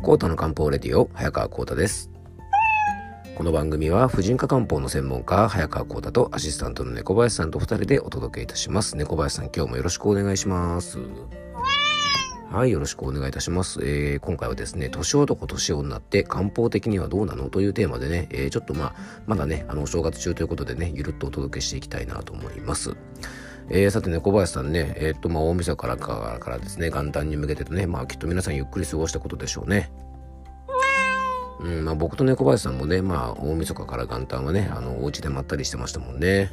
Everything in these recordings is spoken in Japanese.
コータの漢方レディオ、早川コータです。この番組は婦人科漢方の専門家早川コータとアシスタントの猫林さんと2人でお届けいたします。猫林さん、今日もよろしくお願いします。はい、よろしくお願いいたします。今回はですね、年男年女って漢方的にはどうなのというテーマでね、ちょっとまだねお正月中ということでね、ゆるっとお届けしていきたいなと思います。さて猫林さんね、大晦日からですね、元旦に向けてとね、きっと皆さんゆっくり過ごしたことでしょうね。僕と猫林さんもね、大晦日から元旦はね、お家でまったりしてましたもんね。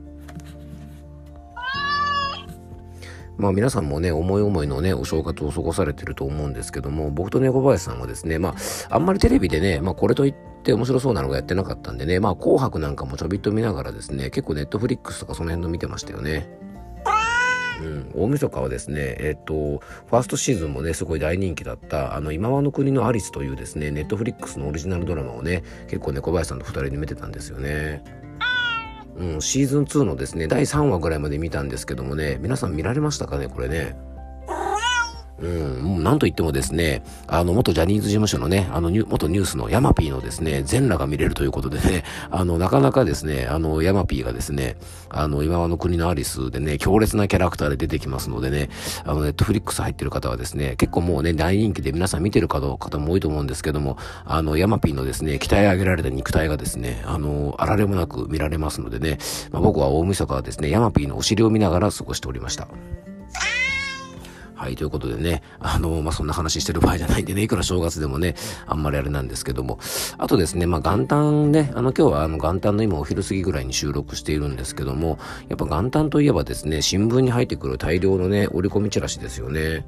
皆さんもね、思い思いのね、お正月を過ごされてると思うんですけども、僕と猫林さんはですね、あんまりテレビでね、これといって面白そうなのがやってなかったんでね、紅白なんかもちょびっと見ながらですね、結構ネットフリックスとかその辺の見てましたよね。大晦日はですね、ファーストシーズンもねすごい大人気だった今はの国のアリスというですね、ネットフリックスのオリジナルドラマをね、結構猫林さんと2人で見てたんですよね。シーズン2のですね第3話ぐらいまで見たんですけどもね、皆さん見られましたかね、これね。もうなんといってもですね、元ジャニーズ事務所のね、元ニュースのヤマピーのですね、全裸が見れるということでね、なかなかですね、ヤマピーがですね、今はの国のアリスでね、強烈なキャラクターで出てきますのでね、ネットフリックス入ってる方はですね、結構もうね、大人気で皆さん見てる方も多いと思うんですけども、ヤマピーのですね、鍛え上げられた肉体がですね、あられもなく見られますのでね、僕は大晦日はですね、ヤマピーのお尻を見ながら過ごしておりました。はい、ということでね、そんな話してる場合じゃないんでね、いくら正月でもね、あんまりあれなんですけども、あとですね、元旦ね、今日は元旦の今お昼過ぎぐらいに収録しているんですけども、やっぱ元旦といえばですね、新聞に入ってくる大量のね、折り込みチラシですよね。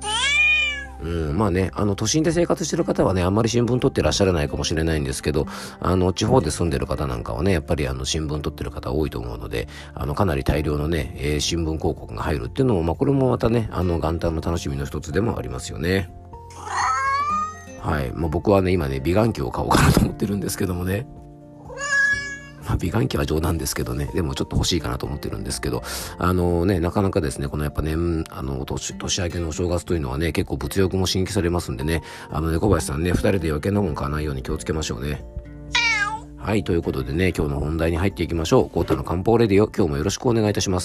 都心で生活してる方はね、あんまり新聞取ってらっしゃらないかもしれないんですけど、地方で住んでる方なんかはね、やっぱり新聞取ってる方多いと思うので、かなり大量のね、新聞広告が入るっていうのも、これもまたね、元旦の楽しみの一つでもありますよね。はい、僕はね、今ね、美顔器を買おうかなと思ってるんですけどもね。美顔器は冗談ですけどね、でもちょっと欲しいかなと思ってるんですけど、なかなかですね、このやっぱ年明けのお正月というのはね、結構物欲も刺激されますんでね、猫林さんね、2人で余計なもん買わないように気をつけましょうね。はい、ということでね、今日の本題に入っていきましょう。コータの漢方レディオ、今日もよろしくお願いいたします。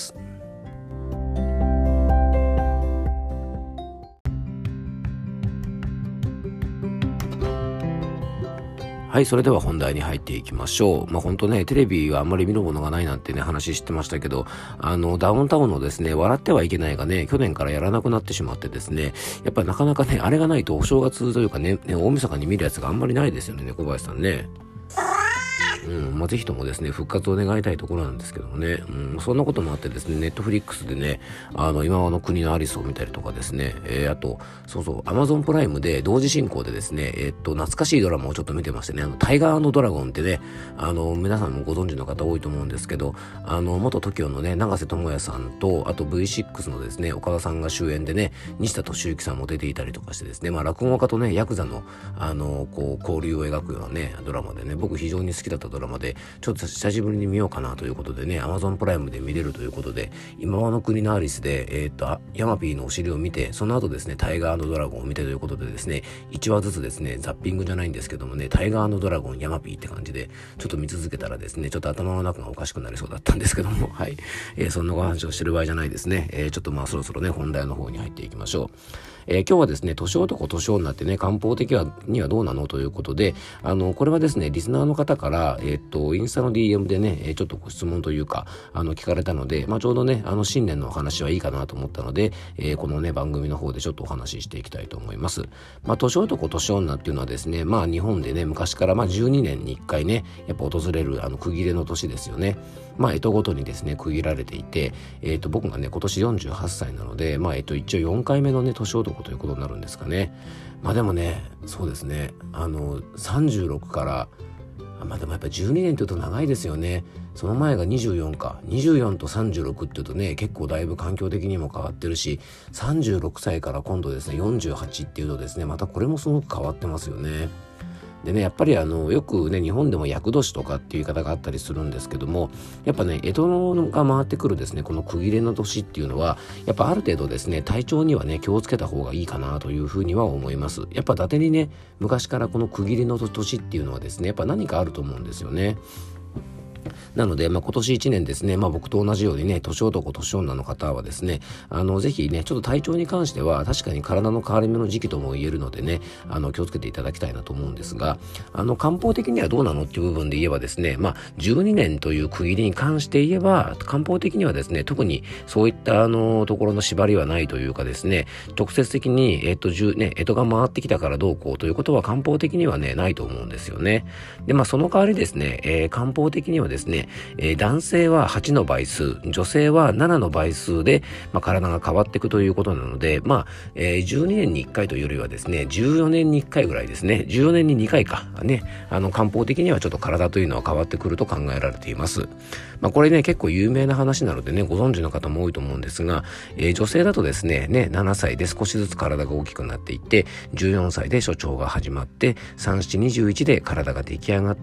はい、それでは本題に入っていきましょう。本当ね、テレビはあんまり見るものがないなんてね、話してましたけど、ダウンタウンのですね、笑ってはいけないがね、去年からやらなくなってしまってですね、やっぱりなかなかね、あれがないとお正月というかね、大晦日に見るやつがあんまりないですよね、小林さんね。ぜひともですね、復活を願いたいところなんですけどもね、そんなこともあってですね、ネットフリックスでね、今はの国のアリスを見たりとかですね、あと、アマゾンプライムで同時進行でですね、懐かしいドラマをちょっと見てましてね、タイガードラゴンってね、皆さんもご存知の方多いと思うんですけど、元 TOKIO のね、永瀬智也さんと、あと V6 のですね、岡田さんが主演でね、西田敏行さんも出ていたりとかしてですね、落語家とね、ヤクザの、交流を描くようなね、ドラマでね、僕非常に好きだったドラマで、ちょっと久しぶりに見ようかなということでね、 Amazon プライムで見れるということで、今はの国のアリスで、ヤマピーのお尻を見て、その後ですね、タイガードラゴンを見てということでですね、1話ずつですね、ザッピングじゃないんですけどもね、タイガードラゴンヤマピーって感じでちょっと見続けたらですね、ちょっと頭の中がおかしくなりそうだったんですけども、はい、そんなお話をしてる場合じゃないですね。ちょっとそろそろね、本題の方に入っていきましょう。今日はですね、年男年女ってね、漢方的にはどうなのということで、これはですね、リスナーの方から、インスタの DM でね、ちょっとご質問というか、聞かれたので、ちょうどね、新年のお話はいいかなと思ったので、このね、番組の方でちょっとお話ししていきたいと思います。年男年女っていうのはですね、日本でね、昔から12年に1回ね、やっぱ訪れる区切れの年ですよね。干支ごとにですね、区切られていて、僕がね、今年48歳なので、一応4回目のね、年男ということになるんですかね。でもね、そうですね、36からでもやっぱ12年って言うと長いですよね。その前が24か。24と36って言うとね、結構だいぶ環境的にも変わってるし、36歳から今度ですね、48っていうとですね、またこれもすごく変わってますよね。 でね、やっぱりよくね、日本でも厄年とかっていう言い方があったりするんですけども、やっぱね、干支が回ってくるですね、この区切れの年っていうのは、やっぱある程度ですね、体調にはね、気をつけた方がいいかなというふうには思います。やっぱ伊達にね、昔からこの区切りの年っていうのはですね、やっぱ何かあると思うんですよね。なので、今年1年ですね、僕と同じようにね、年男、年女の方はですね、ぜひね、ちょっと体調に関しては、確かに体の変わり目の時期とも言えるのでね、気をつけていただきたいなと思うんですが、漢方的にはどうなのっていう部分で言えばですね、12年という区切りに関して言えば、漢方的にはですね、特にそういったところの縛りはないというかですね、直接的に、干支が回ってきたからどうこうということは漢方的にはね、ないと思うんですよね。で、その代わりですね、漢方的にはですね、男性は8の倍数、女性は7の倍数で、体が変わっていくということなので、12年に1回というよりはですね、14年に1回ぐらいですね、14年に2回かね、漢方的にはちょっと体というのは変わってくると考えられています。これね、結構有名な話なのでね、ご存知の方も多いと思うんですが、女性だとですね、7歳で少しずつ体が大きくなっていって、14歳で初潮が始まって、3、7、21で体が出来上がって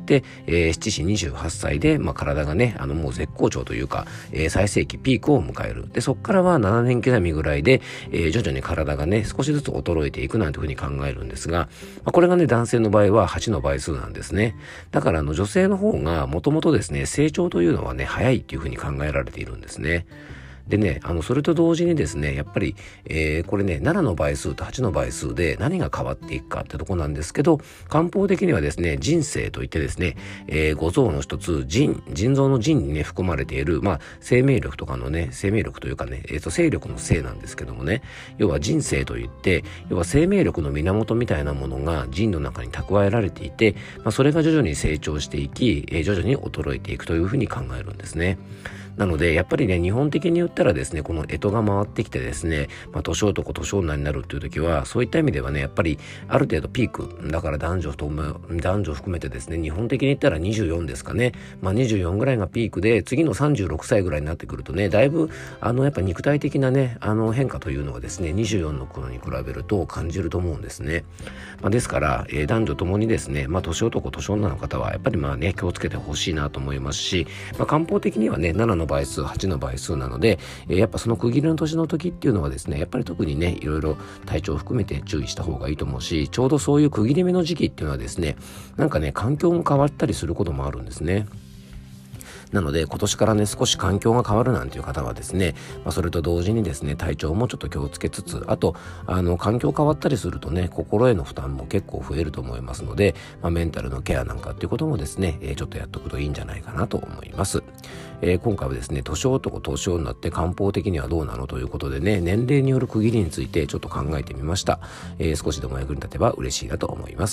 、7、4、28歳で、体がね、もう絶好調というか、最盛期ピークを迎える。で、そこからは7年刻みぐらいで、徐々に体がね、少しずつ衰えていくなんていうふうに考えるんですが、これがね、男性の場合は8の倍数なんですね。だから女性の方がもともとですね、成長というのはね、早いっていうふうに考えられているんですね。でね、それと同時にですね、やっぱり、これね、7の倍数と8の倍数で何が変わっていくかってとこなんですけど、漢方的にはですね、人生といってですね、五臓の一つ、腎臓の腎にね、含まれている、生命力とかのね、生命力というかね、精力の生なんですけどもね、要は人生といって、要は生命力の源みたいなものが腎の中に蓄えられていて、それが徐々に成長していき、徐々に衰えていくというふうに考えるんですね。なので、やっぱりね、日本的に言ったらですね、この干支が回ってきてですね、年男、年女になるっていう時は、そういった意味ではね、やっぱりある程度ピーク、だから男女含めてですね、日本的に言ったら24ですかね。24ぐらいがピークで、次の36歳ぐらいになってくるとね、だいぶ、やっぱ肉体的なね、変化というのはですね、24の頃に比べると感じると思うんですね。ですから、男女ともにですね、年男、年女の方は、やっぱり気をつけてほしいなと思いますし、漢方的にはね、7の倍数、8の倍数なので、やっぱその区切りの年の時っていうのはですね、やっぱり特にね、いろいろ体調を含めて注意した方がいいと思うし、ちょうどそういう区切り目の時期っていうのはですね、なんかね、環境も変わったりすることもあるんですね。なので今年からね少し環境が変わるなんていう方はですね、それと同時にですね体調もちょっと気をつけつつ、あと環境変わったりするとね心への負担も結構増えると思いますので、メンタルのケアなんかっていうこともですね、ちょっとやっとくといいんじゃないかなと思います。今回はですね年男年女って漢方的にはどうなのということでね、年齢による区切りについてちょっと考えてみました。少しでも役に立てば嬉しいなと思います。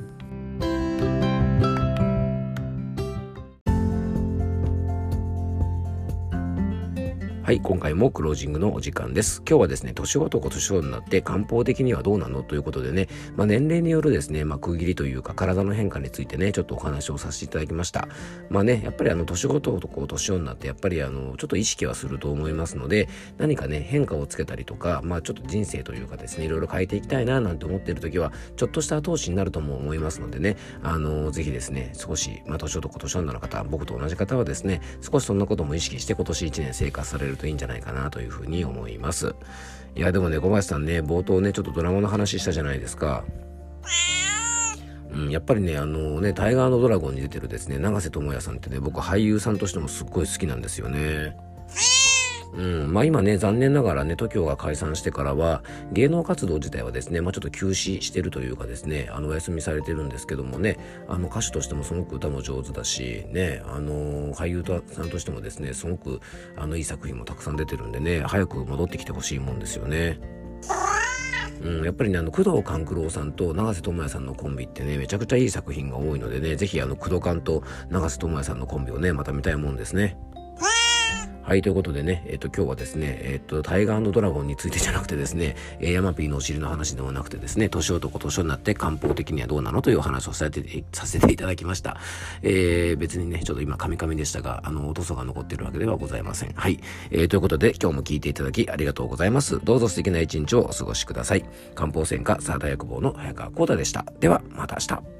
はい、今回もクロージングのお時間です。今日はですね、年男年女になって漢方的にはどうなのということでね、年齢によるですね、区切りというか体の変化についてね、ちょっとお話をさせていただきました。やっぱり年男年女ってやっぱりちょっと意識はすると思いますので、何かね、変化をつけたりとか、ちょっと人生というかですね、いろいろ変えていきたいななんて思っているときは、ちょっとした後押しになるとも思いますのでね、ぜひですね、少し、年男年女の方、僕と同じ方はですね、少しそんなことも意識して今年1年生活されるといいんじゃないかなというふうに思います。いやでもね、小林さんね、冒頭ねちょっとドラマの話したじゃないですか。やっぱりねタイガードラゴンに出てるですね永瀬智也さんってね、僕俳優さんとしてもすっごい好きなんですよね。今ね残念ながらね TOKIO が解散してからは芸能活動自体はですねちょっと休止してるというかですねお休みされてるんですけどもね、歌手としてもすごく歌も上手だしね、俳優さんとしてもですねすごくいい作品もたくさん出てるんでね、早く戻ってきてほしいもんですよね。やっぱりね工藤官九郎さんと永瀬智也さんのコンビってねめちゃくちゃいい作品が多いのでね、ぜひ工藤官と永瀬智也さんのコンビをねまた見たいもんですね。はい、ということでね、今日はですね、タイガー&ドラゴンについてじゃなくてですね、ヤマピーのお尻の話ではなくてですね、年男年女になって漢方的にはどうなのというお話をさせていただきました。別にね、ちょっと今カミカミでしたが、おとそが残っているわけではございません。はい、ということで今日も聞いていただきありがとうございます。どうぞ素敵な一日をお過ごしください。漢方専科サーダ薬房の早川幸太でした。では、また明日。